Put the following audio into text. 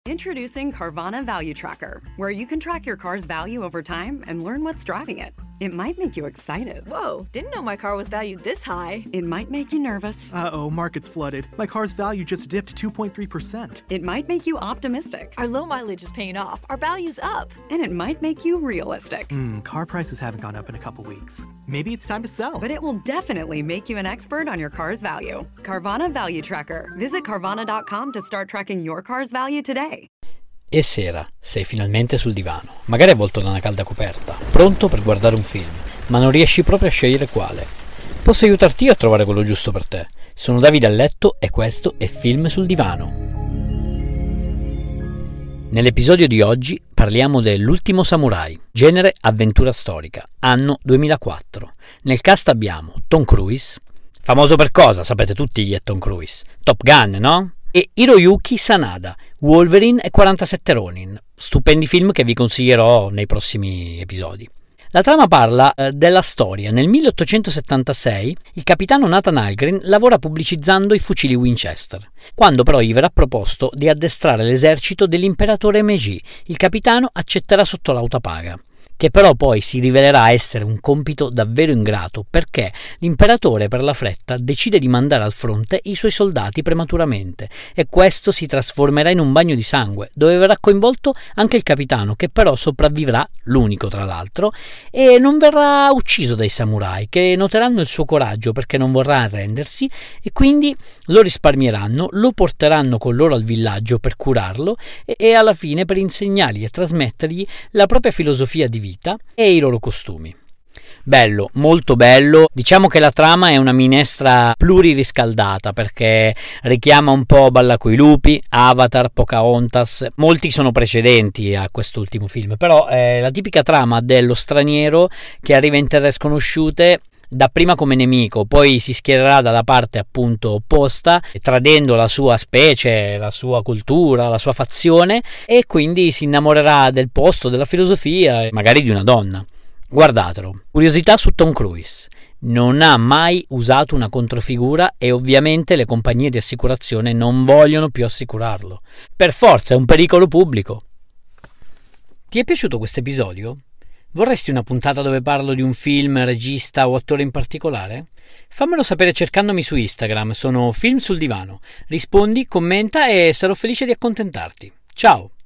Introducing Carvana Value Tracker, where you can track your car's value over time and learn what's driving it. It might make you excited. Whoa, didn't know my car was valued this high. It might make you nervous. Uh-oh, market's flooded. My car's value just dipped 2.3%. It might make you optimistic. Our low mileage is paying off. Our value's up. And it might make you realistic. Car prices haven't gone up in a couple weeks. Maybe it's time to sell. But it will definitely make you an expert on your car's value. Carvana Value Tracker. Visit Carvana.com to start tracking your car's value today. E sera, sei finalmente sul divano, magari avvolto da una calda coperta, pronto per guardare un film, ma non riesci proprio a scegliere quale. Posso aiutarti io a trovare quello giusto per te. Sono Davide a letto e questo è Film sul divano. Nell'episodio di oggi parliamo dell'Ultimo Samurai, genere avventura storica, anno 2004. Nel cast abbiamo Tom Cruise, famoso per cosa? Sapete tutti chi è Tom Cruise. Top Gun, no? E Hiroyuki Sanada, Wolverine e 47 Ronin, stupendi film che vi consiglierò nei prossimi episodi. La trama parla della storia. Nel 1876 il capitano Nathan Algren lavora pubblicizzando i fucili Winchester. Quando però gli verrà proposto di addestrare l'esercito dell'imperatore Meiji, il capitano accetterà sotto lauta paga, che però poi si rivelerà essere un compito davvero ingrato perché l'imperatore per la fretta decide di mandare al fronte i suoi soldati prematuramente e questo si trasformerà in un bagno di sangue dove verrà coinvolto anche il capitano, che però sopravvivrà, l'unico tra l'altro, e non verrà ucciso dai samurai, che noteranno il suo coraggio perché non vorrà arrendersi e quindi lo risparmieranno, lo porteranno con loro al villaggio per curarlo e alla fine per insegnargli e trasmettergli la propria filosofia di vita e i loro costumi. Bello, molto bello. Diciamo che la trama è una minestra pluririscaldata perché richiama un po' Balla coi lupi, Avatar, Pocahontas. Molti sono precedenti a quest'ultimo film, però è la tipica trama dello straniero che arriva in terre sconosciute, dapprima come nemico, poi si schiererà dalla parte appunto opposta, tradendo la sua specie, la sua cultura, la sua fazione, e quindi si innamorerà del posto, della filosofia e magari di una donna. Guardatelo. Curiosità su Tom Cruise: non ha mai usato una controfigura e ovviamente le compagnie di assicurazione non vogliono più assicurarlo. Per forza, è un pericolo pubblico. Ti è piaciuto questo episodio? Vorresti una puntata dove parlo di un film, regista o attore in particolare? Fammelo sapere cercandomi su Instagram, sono Film sul divano. Rispondi, commenta e sarò felice di accontentarti. Ciao!